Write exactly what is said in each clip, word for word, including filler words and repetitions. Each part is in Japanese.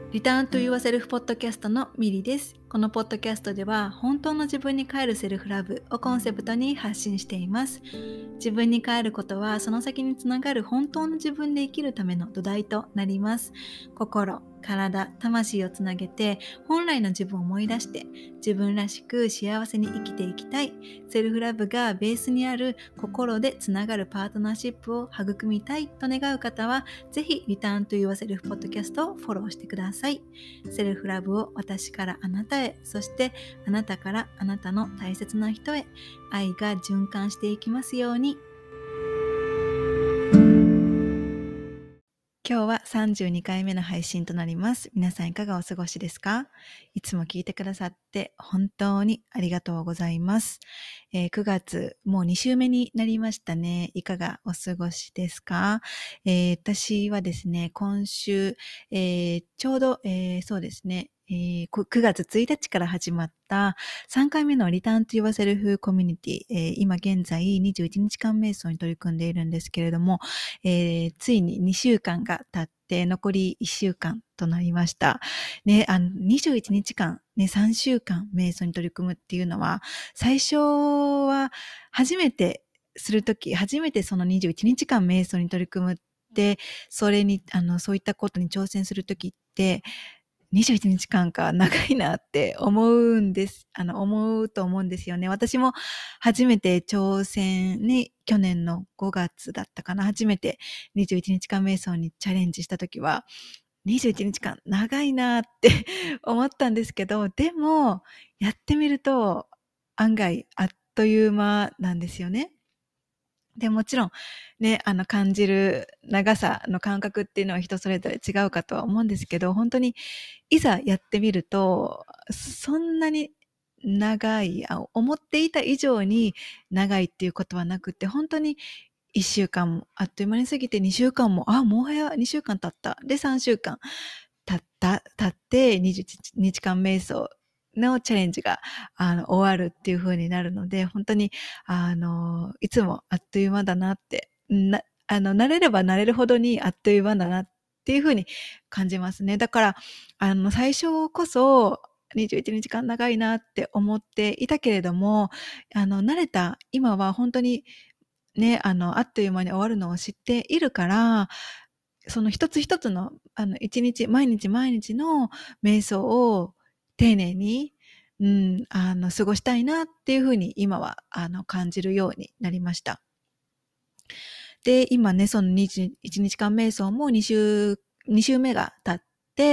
リターントゥユアセルフポッドキャストのミリです。このポッドキャストでは本当の自分に帰るセルフラブをコンセプトに発信しています。自分に帰ることはその先につながる本当の自分で生きるための土台となります。心、体、魂をつなげて本来の自分を思い出して自分らしく幸せに生きていきたい。セルフラブがベースにある心でつながるパートナーシップを育みたいと願う方はぜひリターントゥユアセルフポッドキャストをフォローしてください。セルフラブを私からあなたへ、そしてあなたからあなたの大切な人へ、愛が循環していきますように。今日はさんじゅうにかいめの配信となります。皆さんいかがお過ごしですか？いつも聞いてくださって本当にありがとうございます。えーくがつもうに週目になりましたね。いかがお過ごしですか？えー私はですね、今週、えーちょうど、えーそうですね、えーくくがつついたちから始まったさんかいめのリターントゥユアセルフコミュニティ、えー今現在にじゅういちにちかん瞑想に取り組んでいるんですけれども、えーついににしゅうかんが経って残りいっしゅうかんとなりました。ね、あのにじゅういちにちかん、ね、さんしゅうかん瞑想に取り組むっていうのは、最初は初めてするとき、初めてそのにじゅういちにちかん瞑想に取り組むって、それに、あの、そういったことに挑戦するときって、にじゅういちにちかんか長いなって思うんです。あの、思うと思うんですよね。私も初めて挑戦に、去年のごがつだったかな。初めてにじゅういちにちかん瞑想にチャレンジしたときは、にじゅういちにちかん長いなって思ったんですけど、でも、やってみると案外あっという間なんですよね。で、もちろん、ね、あの、感じる長さの感覚っていうのは人それぞれ違うかとは思うんですけど、本当にいざやってみると、そんなに長い、あ、思っていた以上に長いっていうことはなくて、本当にいっしゅうかんもあっという間に過ぎてにしゅうかんも、あ、もはやにしゅうかん経った。で、さんしゅうかん経った、経ってにじゅういちにちかん瞑想のチャレンジがあの終わるっていう風になるので、本当にあのいつもあっという間だなって、なあの慣れれば慣れるほどにあっという間だなっていう風に感じますね。だからあの最初こそにじゅういちにちかん長いなって思っていたけれども、あの慣れた今は本当にね、あのあっという間に終わるのを知っているから、その一つ一つの、あの、一日、毎日毎日の瞑想を丁寧に、うん、あの、過ごしたいなっていうふうに今は、あの、感じるようになりました。で、今ね、そのにじゅういちにちかん瞑想も2週、に週目が経って、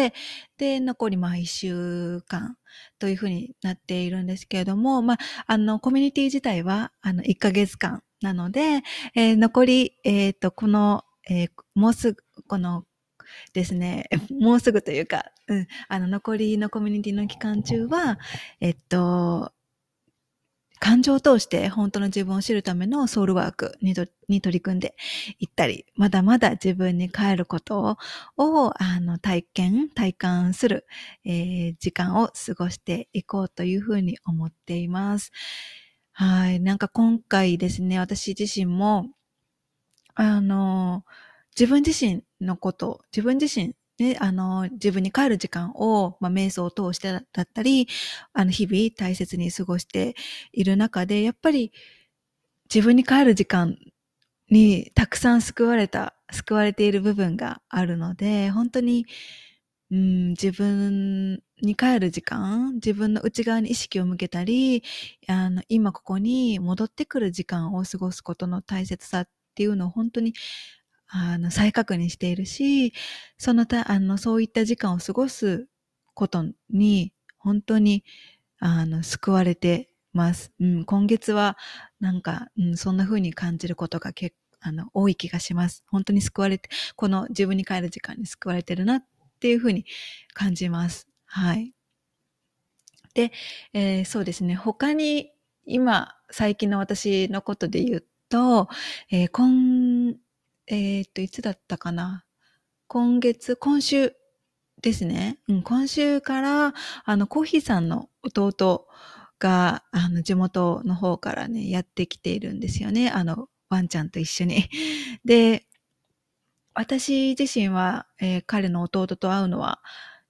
で、残りまあいっしゅうかんというふうになっているんですけれども、まあ、あの、コミュニティ自体は、あの、いっかげつかんなので、えー残り、えっと、この、えーもうすぐ、このですね、もうすぐというか、うん、あの、残りのコミュニティの期間中は、えっと、感情を通して本当の自分を知るためのソウルワークにとに取り組んでいったり、まだまだ自分に帰ることを、あの、体験、体感する、えー時間を過ごしていこうというふうに思っています。はい。なんか今回ですね、私自身も、あの、自分自身のこと、自分自身、ね、あの、自分に帰る時間を、まあ、瞑想を通してだったり、あの、日々大切に過ごしている中で、やっぱり自分に帰る時間にたくさん救われた、救われている部分があるので、本当に、うん、自分に帰る時間、自分の内側に意識を向けたり、あの、今ここに戻ってくる時間を過ごすことの大切さっていうのを本当にあの、再確認しているし、そのた、あの、そういった時間を過ごすことに、本当に、あの、救われてます。うん、今月は、なんか、うん、そんな風に感じることが結あの、多い気がします。本当に救われて、この自分に帰る時間に救われてるなっていう風に感じます。はい。で、えーそうですね。他に、今、最近の私のことで言うと、えー今、えーっと、いつだったかな。今月、今週ですね。うん、今週から、あの、コーヒーさんの弟が、あの、地元の方からね、やってきているんですよね。あの、ワンちゃんと一緒に。で、私自身は、えー彼の弟と会うのは、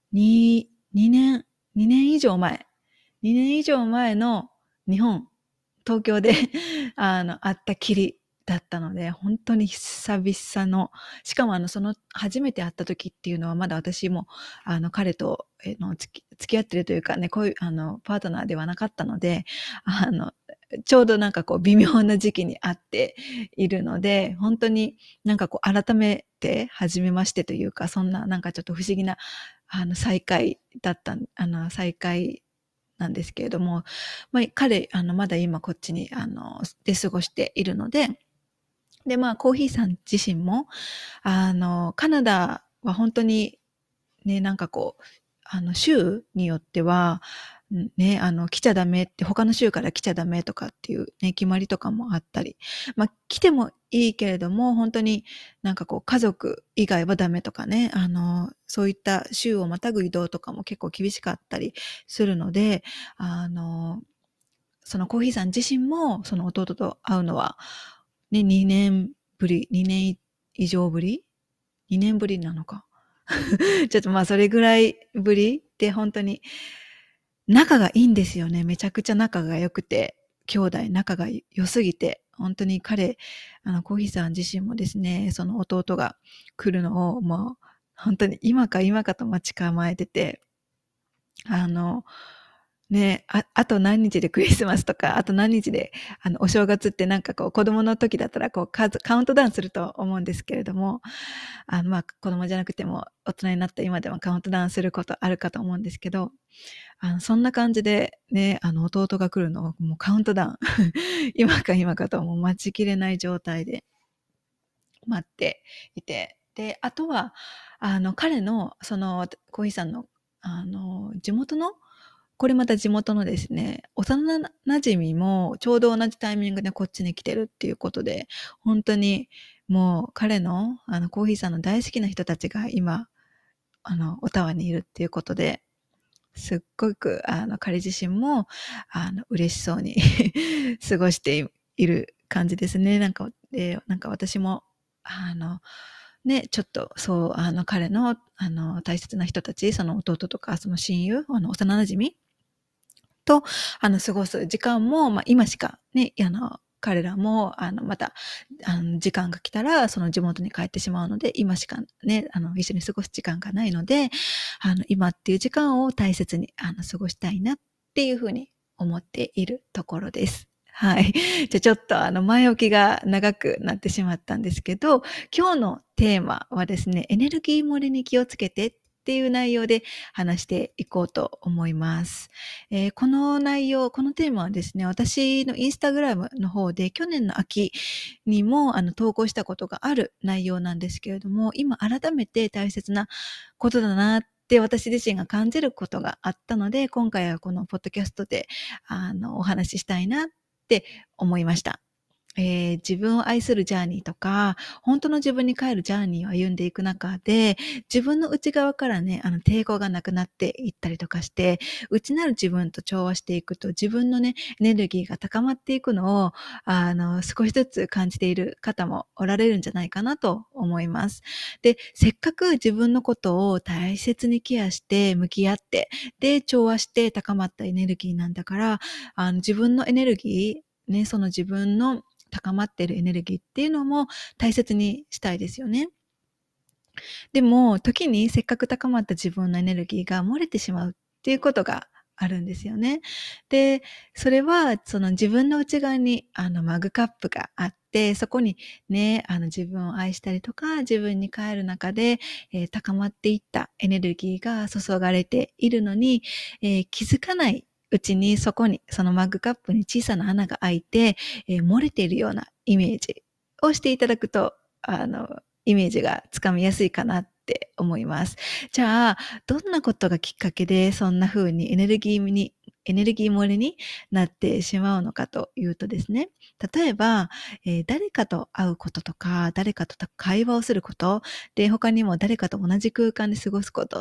に、にねん、にねん以上前、にねん以上前の日本、東京であの、会ったきりだったので、本当に久々の、しかもあの、その、初めて会った時っていうのは、まだ私も、あの、彼と、えの、付き、付き合ってるというかね、こういう、あの、パートナーではなかったので、あの、ちょうどなんかこう、微妙な時期に会っているので、本当になんかこう、改めて、初めましてというか、そんななんかちょっと不思議な、あの、再会だった、あの、再会なんですけれども、まあ、彼、あの、まだ今こっちに、あの、で過ごしているので、で、まあ、コーヒーさん自身も、あの、カナダは本当にね、なんかこう、あの、州によっては、ね、あの、来ちゃダメって、他の州から来ちゃダメとかっていうね、決まりとかもあったり、まあ、来てもいいけれども、本当になんかこう、家族以外はダメとかね、あの、そういった州をまたぐ移動とかも結構厳しかったりするので、あの、そのコーヒーさん自身も、その弟と会うのは、ね、にねんぶり、にねん以上ぶり ?に 年ぶりなのか。ちょっとまあそれぐらいぶりで本当に仲がいいんですよね。めちゃくちゃ仲が良くて、兄弟仲が良すぎて、本当に彼、あの、コーヒーさん自身もですね、その弟が来るのをもう本当に今か今かと待ち構えてて、あの、ね、あ、あと何日でクリスマスとか、あと何日で、あの、お正月ってなんかこう、子供の時だったらこう、カカウントダウンすると思うんですけれども、あの、まあ、子供じゃなくても、大人になった今でもカウントダウンすることあるかと思うんですけど、あの、そんな感じでね、あの、弟が来るのをもうカウントダウン。今か今かともう待ちきれない状態で待っていて、で、あとは、あの、彼の、その、コーヒーさんの、あの、地元のこれまた地元のですね、幼馴染もちょうど同じタイミングでこっちに来てるっていうことで、本当にもう彼の、あの、コーヒーさんの大好きな人たちが今、あの、オタワにいるっていうことで、すっごく、あの、彼自身も、あの、嬉しそうに過ごしている感じですね。なんか、で、なんか私も、あの、ね、ちょっと、そう、あの、彼の、あの、大切な人たち、その弟とか、その親友、あの、幼馴染と、あの、過ごす時間も、まあ、今しかね、あの、彼らも、あの、また、あの、時間が来たら、その地元に帰ってしまうので、今しかね、あの、一緒に過ごす時間がないので、あの、今っていう時間を大切に、あの、過ごしたいなっていうふうに思っているところです。はい。じゃあちょっとあの前置きが長くなってしまったんですけど、今日のテーマはですね、エネルギー漏れに気をつけてっていう内容で話していこうと思います。えーこの内容、このテーマはですね、私のインスタグラムの方で去年の秋にもあの投稿したことがある内容なんですけれども、今改めて大切なことだなって私自身が感じることがあったので、今回はこのポッドキャストであのお話ししたいなって思いました。えー自分を愛するジャーニーとか、本当の自分に帰るジャーニーを歩んでいく中で、自分の内側からね、あの抵抗がなくなっていったりとかして、内なる自分と調和していくと、自分のね、エネルギーが高まっていくのを、あの、少しずつ感じている方もおられるんじゃないかなと思います。で、せっかく自分のことを大切にケアして、向き合って、で、調和して高まったエネルギーなんだから、あの、自分のエネルギー、ね、その自分の高まっているエネルギーっていうのも大切にしたいですよね。でも、時にせっかく高まった自分のエネルギーが漏れてしまうっていうことがあるんですよね。で、それは、その自分の内側に、あの、マグカップがあって、そこにね、あの、自分を愛したりとか、自分に帰る中で、えー高まっていったエネルギーが注がれているのに、えー気づかないうちにそこに、そのマグカップに小さな穴が開いて、えー漏れているようなイメージをしていただくと、あの、イメージがつかみやすいかなって思います。じゃあ、どんなことがきっかけでそんな風にエネルギーに、エネルギー漏れになってしまうのかというとですね、例えば、えー誰かと会うこととか、誰かと会話をすること、で、他にも誰かと同じ空間で過ごすこと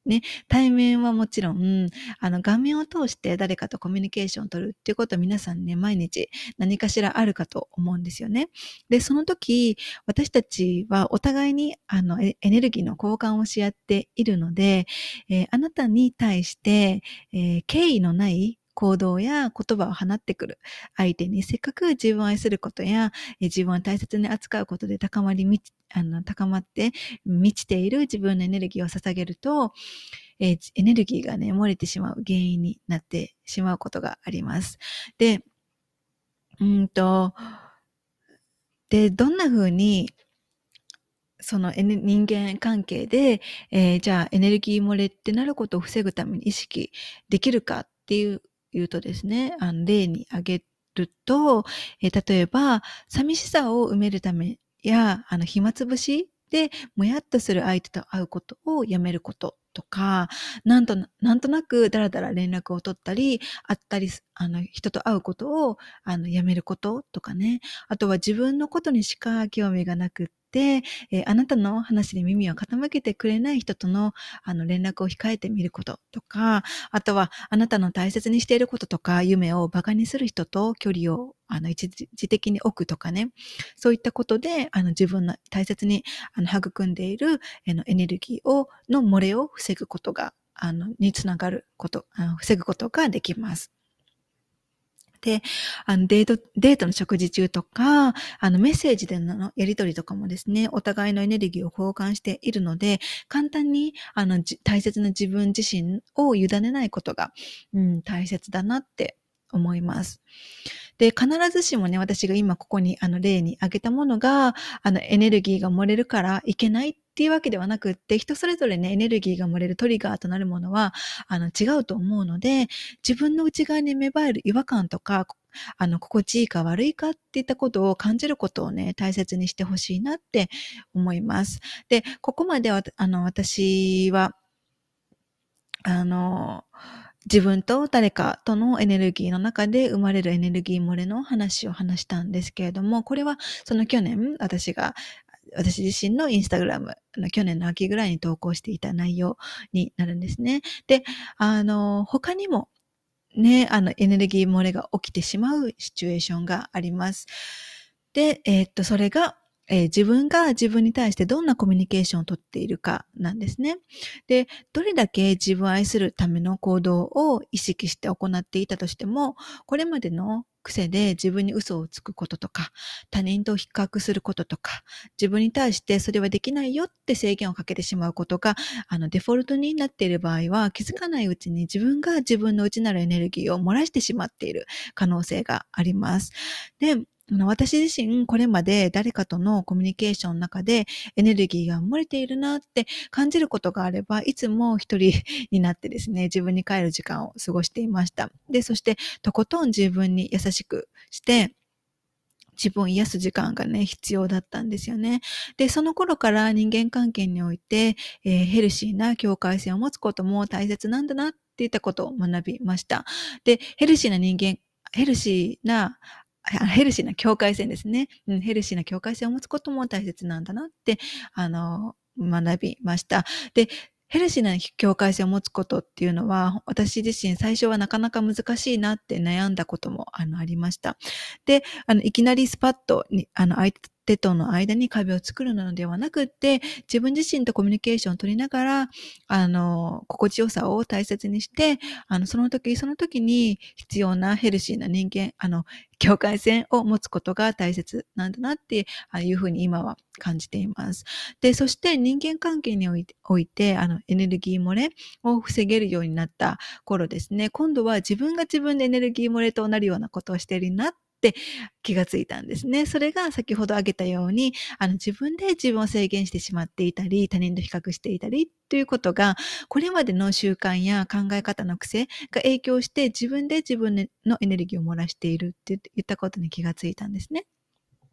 ね、対面はもちろん、あの、画面を通して誰かとコミュニケーションを取るっていうことは皆さんね、毎日何かしらあるかと思うんですよね。で、その時、私たちはお互いに、あの、エエネルギーの交換をし合っているので、えーあなたに対して、えー敬意のない行動や言葉を放ってくる相手にせっかく自分を愛することや、えー自分を大切に扱うことで高まりみち、あの、高まって満ちている自分のエネルギーを捧げると、えーエネルギーがね、漏れてしまう原因になってしまうことがあります。で、うんと、で、どんな風に、そのエネ人間関係で、えーじゃあエネルギー漏れってなることを防ぐために意識できるかっていう、言うとですね、あの例に挙げると、えー例えば、寂しさを埋めるためや、あの暇つぶしでもやっとする相手と会うことをやめることとか、なんとな、なんとなくだらだら連絡を取ったり、会ったりす、あの人と会うことをあのやめることとかね。あとは自分のことにしか興味がなくって、えーあなたの話に耳を傾けてくれない人とのあの連絡を控えてみることとか、あとはあなたの大切にしていることとか夢をバカにする人と距離をあの一時的に置くとかね、そういったことであの自分の大切にあの育んでいるあのエネルギーをの漏れを防ぐことがあのにつながること、あの防ぐことができます。で、あの、デート、デートの食事中とか、あの、メッセージでのやり取りとかもですね、お互いのエネルギーを交換しているので、簡単に、あの、じ大切な自分自身を委ねないことが、うん、大切だなって思います。で、必ずしもね、私が今ここにあの例に挙げたものが、あのエネルギーが漏れるからいけないっていうわけではなくって、人それぞれね、エネルギーが漏れるトリガーとなるものは、あの違うと思うので、自分の内側に芽生える違和感とか、あの、心地いいか悪いかっていったことを感じることをね、大切にしてほしいなって思います。で、ここまでは、あの、私は、あの、自分と誰かとのエネルギーの中で生まれるエネルギー漏れの話を話したんですけれども、これはその去年私が、私自身のインスタグラム、去年の秋ぐらいに投稿していた内容になるんですね。で、あの、他にもね、あの、エネルギー漏れが起きてしまうシチュエーションがあります。で、えーっと、それが、えー自分が自分に対してどんなコミュニケーションをとっているかなんですね。で、どれだけ自分を愛するための行動を意識して行っていたとしても、これまでの癖で自分に嘘をつくこととか、他人と比較することとか、自分に対してそれはできないよって制限をかけてしまうことが、あの、デフォルトになっている場合は、気づかないうちに自分が自分の内なるエネルギーを漏らしてしまっている可能性があります。で、あの私自身、これまで誰かとのコミュニケーションの中でエネルギーが漏れているなって感じることがあれば、いつも一人になってですね、自分に帰る時間を過ごしていました。で、そして、とことん自分に優しくして、自分を癒す時間がね、必要だったんですよね。で、その頃から人間関係において、えーヘルシーな境界線を持つことも大切なんだなっていったことを学びました。で、ヘルシーな人間、ヘルシーな、あヘルシーな境界線ですね。うん、ヘルシーな境界線を持つことも大切なんだなって、あの、学びました。で、ヘルシーな境界線を持つことっていうのは、私自身最初はなかなか難しいなって悩んだこともあのありました。で、あの、いきなりスパッとに、あの、相手との間に壁を作るのではなくって、自分自身とコミュニケーションを取りながら、あの、心地よさを大切にして、あの、その時その時に必要なヘルシーな人間、あの、境界線を持つことが大切なんだなっていうふうに今は感じています。で、そして人間関係において、おいてあの、エネルギー漏れを防げるようになった頃ですね、今度は自分が自分でエネルギー漏れとなるようなことをしているなって気がついたんですね。それが先ほど挙げたように、あの自分で自分を制限してしまっていたり、他人と比較していたりということが、これまでの習慣や考え方の癖が影響して、自分で自分のエネルギーを漏らしているって言ったことに気がついたんですね。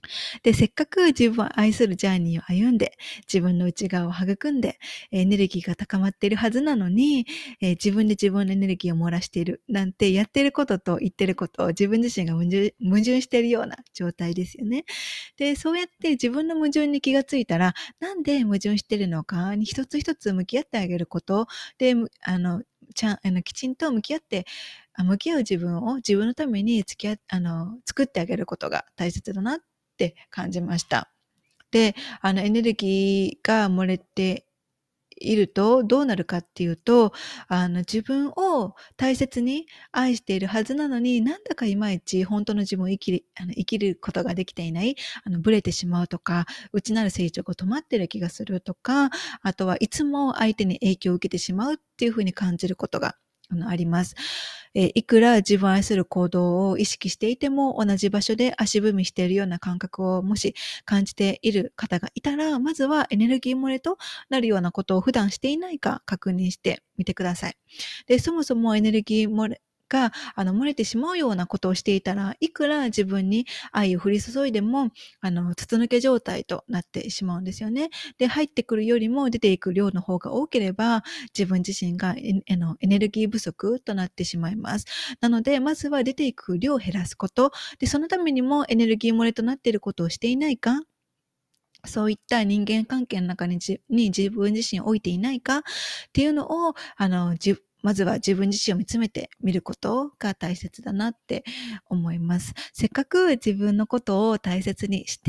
で、せっかく自分を愛するジャーニーを歩んで、自分の内側を育んで、エネルギーが高まっているはずなのに、えー自分で自分のエネルギーを漏らしているなんて、やってることと言ってることを自分自身が矛盾矛盾しているような状態ですよね。で、そうやって自分の矛盾に気がついたら、なんで矛盾してるのかに一つ一つ向き合ってあげること。で、むあの、ちゃん、あの、きちんと向き合って、あ向き合う自分を自分のために付き合っあの、作ってあげることが大切だなって感じました。で、あの、エネルギーが漏れているとどうなるかっていうと、あの、自分を大切に愛しているはずなのに、なんだかいまいち本当の自分を生きる、あの、生きることができていない、あの、ブレてしまうとか、内なる成長が止まってる気がするとか、あとはいつも相手に影響を受けてしまうっていうふうに感じることがあのあります。えーいくら自分を愛する行動を意識していても、同じ場所で足踏みしているような感覚をもし感じている方がいたら、まずはエネルギー漏れとなるようなことを普段していないか確認してみてください。で、そもそもエネルギー漏れがあの漏れてしまうようなことをしていたら、いくら自分に愛を降り注いでも、あの、筒抜け状態となってしまうんですよね。で、入ってくるよりも出ていく量の方が多ければ、自分自身がエあのエネルギー不足となってしまいます。なので、まずは出ていく量を減らすこと。で、そのためにもエネルギー漏れとなっていることをしていないか、そういった人間関係の中にじに自分自身を置いていないかっていうのを、あの、じまずは自分自身を見つめてみることが大切だなって思います。せっかく自分のことを大切にして、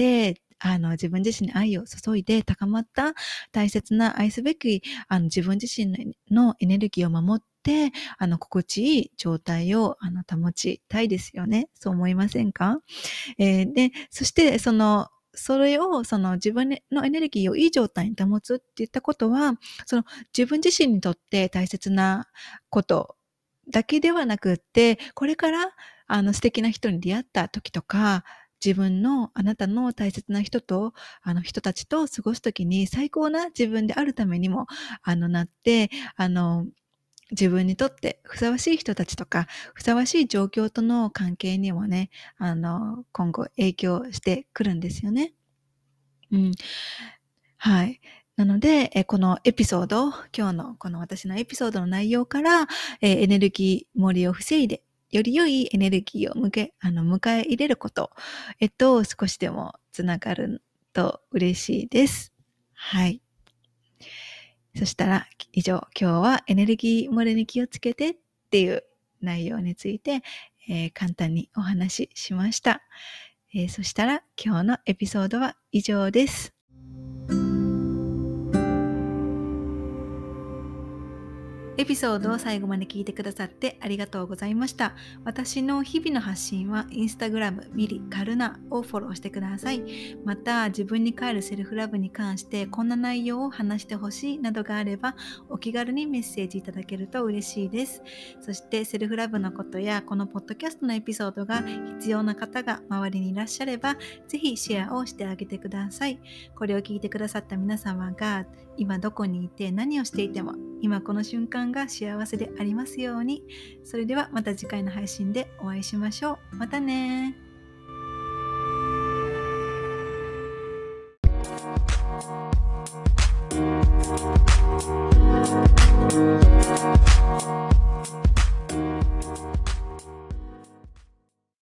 あの、自分自身に愛を注いで高まった大切な愛すべき、あの、自分自身のエネルギーを守って、あの、心地いい状態を、あの、保ちたいですよね。そう思いませんか？えーで、そして、その、それを、その自分のエネルギーをいい状態に保つっていったことは、その自分自身にとって大切なことだけではなくって、これからあの素敵な人に出会った時とか、自分のあなたの大切な人と、あの人たちと過ごす時に最高な自分であるためにも、あのなって、あの、自分にとってふさわしい人たちとか、ふさわしい状況との関係にもね、あの、今後影響してくるんですよね。うん。はい。なので、えこのエピソード、今日のこの私のエピソードの内容から、えーエネルギー漏れを防いで、より良いエネルギーを向け、あの、迎え入れること、えっと、少しでもつながると嬉しいです。はい。そしたら、以上、今日はエネルギー漏れに気をつけてっていう内容について、えー簡単にお話ししました。えーそしたら、今日のエピソードは以上です。エピソードを最後まで聞いてくださってありがとうございました。私の日々の発信はインスタグラムミリカルナをフォローしてください。また自分に帰るセルフラブに関してこんな内容を話してほしいなどがあればお気軽にメッセージいただけると嬉しいです。そしてセルフラブのことやこのポッドキャストのエピソードが必要な方が周りにいらっしゃればぜひシェアをしてあげてください。これを聞いてくださった皆様が今どこにいて何をしていても今この瞬間が幸せでありますように。それではまた次回の配信でお会いしましょう。またね。